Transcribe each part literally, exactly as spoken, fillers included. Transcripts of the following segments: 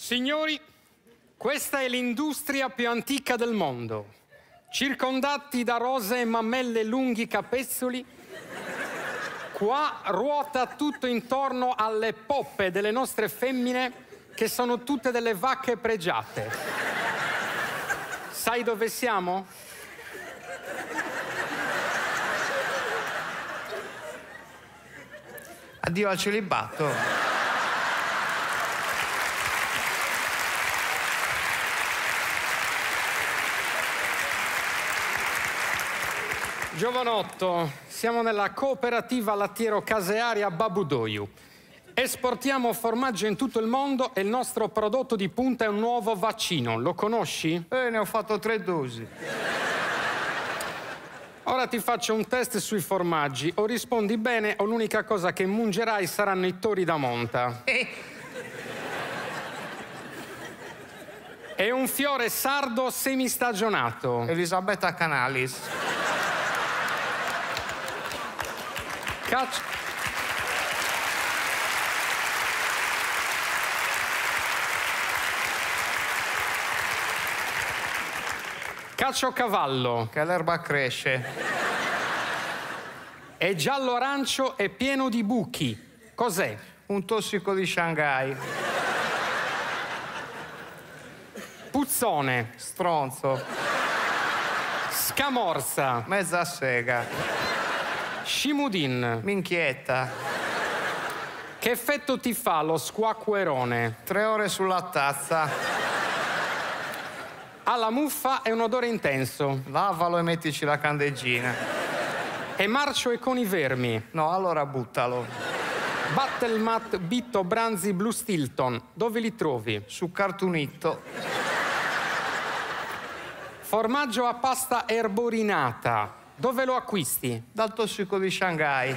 Signori, questa è l'industria più antica del mondo. Circondati da rose e mammelle lunghi capezzoli, qua ruota tutto intorno alle poppe delle nostre femmine, che sono tutte delle vacche pregiate. Sai dove siamo? Addio al celibato. Giovanotto, siamo nella cooperativa lattiero casearia Babudoiu. Esportiamo formaggio in tutto il mondo e il nostro prodotto di punta è un nuovo vaccino. Lo conosci? Eh, ne ho fatto tre dosi. Ora ti faccio un test sui formaggi. O rispondi bene o l'unica cosa che mungerai saranno i tori da monta. Eh. È un fiore sardo semistagionato. Elisabetta Canalis. Caccio... Caciocavallo. Che l'erba cresce. È giallo-arancio e pieno di buchi. Cos'è? Un tossico di Shanghai. Puzzone. Stronzo. Scamorza. Mezza sega. Scimudin. Minchietta. Che effetto ti fa lo squacquerone? Tre ore sulla tazza. Ha la muffa e un odore intenso. Lavalo e mettici la candeggina. È marcio e con i vermi. No, allora buttalo. Battlemat, Bitto, Branzi, Blue Stilton. Dove li trovi? Su Cartunitto. Formaggio a pasta erborinata. Dove lo acquisti? Dal tossico di Shanghai.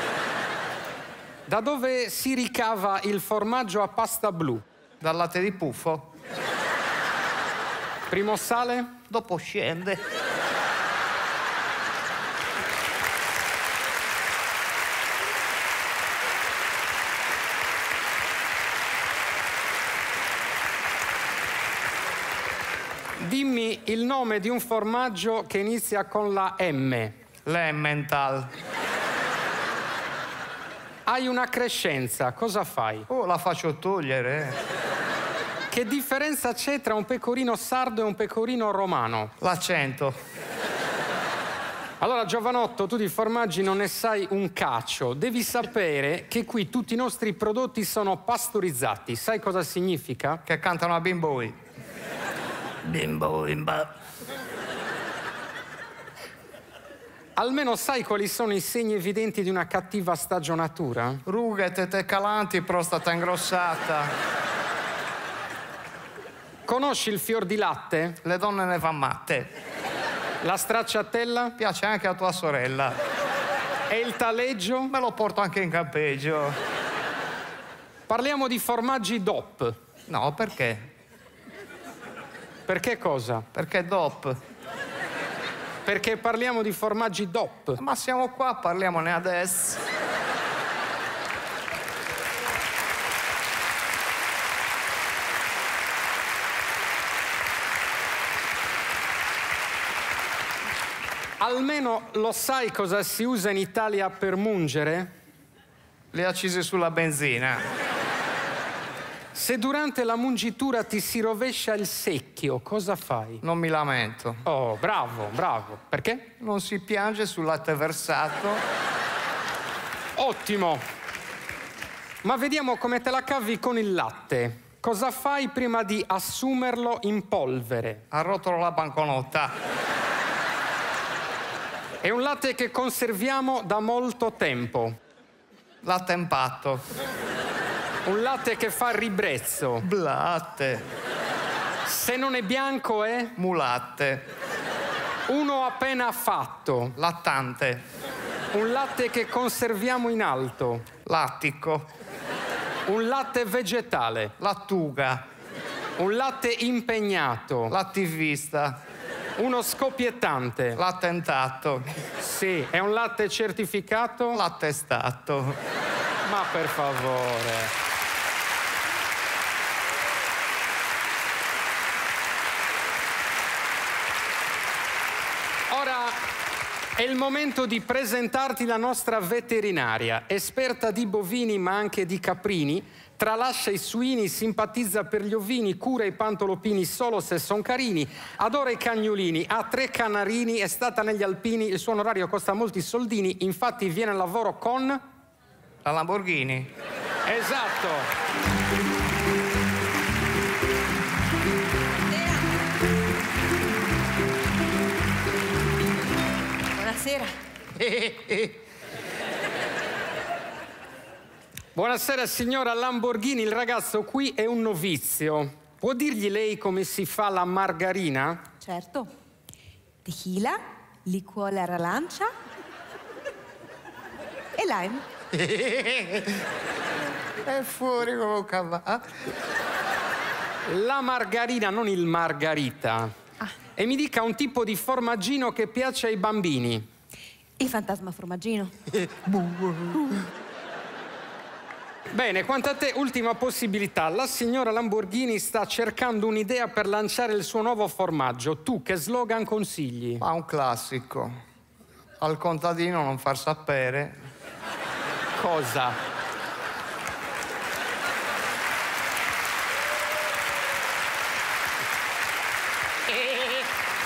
Da dove si ricava il formaggio a pasta blu? Dal latte di puffo. Primo sale? Dopo scende. Dimmi il nome di un formaggio che inizia con la M. L'Emmental. Hai una crescenza, cosa fai? Oh, la faccio togliere. Che differenza c'è tra un pecorino sardo e un pecorino romano? L'accento. Allora, Giovanotto, tu di formaggi non ne sai un caccio. Devi sapere che qui tutti i nostri prodotti sono pastorizzati. Sai cosa significa? Che cantano a Bimboi. Bimbo, imba. Almeno sai quali sono i segni evidenti di una cattiva stagionatura? Rughe, tete calanti, prostata ingrossata. Conosci il fior di latte? Le donne ne van matte. La stracciatella? Piace anche a tua sorella. E il taleggio? Me lo porto anche in campeggio. Parliamo di formaggi D O P. No, perché? Perché cosa? Perché D O P. Perché parliamo di formaggi D O P. Ma siamo qua, parliamone adesso. Almeno lo sai cosa si usa in Italia per mungere? Le accise sulla benzina. Se durante la mungitura ti si rovescia il secchio, cosa fai? Non mi lamento. Oh, bravo, bravo. Perché? Non si piange sul latte versato. Ottimo. Ma vediamo come te la cavi con il latte. Cosa fai prima di assumerlo in polvere? Arrotolo la banconota. È un latte che conserviamo da molto tempo. Latte impatto. Un latte che fa ribrezzo. Blatte. Se non è bianco è? Mulatte. Uno appena fatto. Lattante. Un latte che conserviamo in alto. Lattico. Un latte vegetale. Lattuga. Un latte impegnato. L'attivista. Uno scoppiettante. L'attentato. Sì, è un latte certificato? L'attestato. Ma per favore. È il momento di presentarti la nostra veterinaria, esperta di bovini ma anche di caprini, tralascia i suini, simpatizza per gli ovini, cura i pantolopini solo se son carini, adora i cagnolini, ha tre canarini, è stata negli alpini, il suo onorario costa molti soldini, infatti viene al lavoro con... La Lamborghini. Esatto. Buonasera. Buonasera signora Lamborghini, il ragazzo qui è un novizio. Può dirgli lei come si fa la margarina? Certo. Tequila, liquore arancia e lime. È fuori come un cavallo. La margarina, non il margarita. Ah. E mi dica un tipo di formaggino che piace ai bambini. Il fantasma formaggino. Bene, quanto a te, ultima possibilità. La signora Lamborghini sta cercando un'idea per lanciare il suo nuovo formaggio. Tu che slogan consigli? Ma un classico. Al contadino non far sapere. Cosa?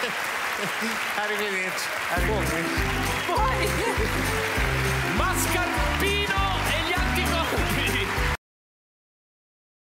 Arrivederci. Arrivederci. Poi... Mascar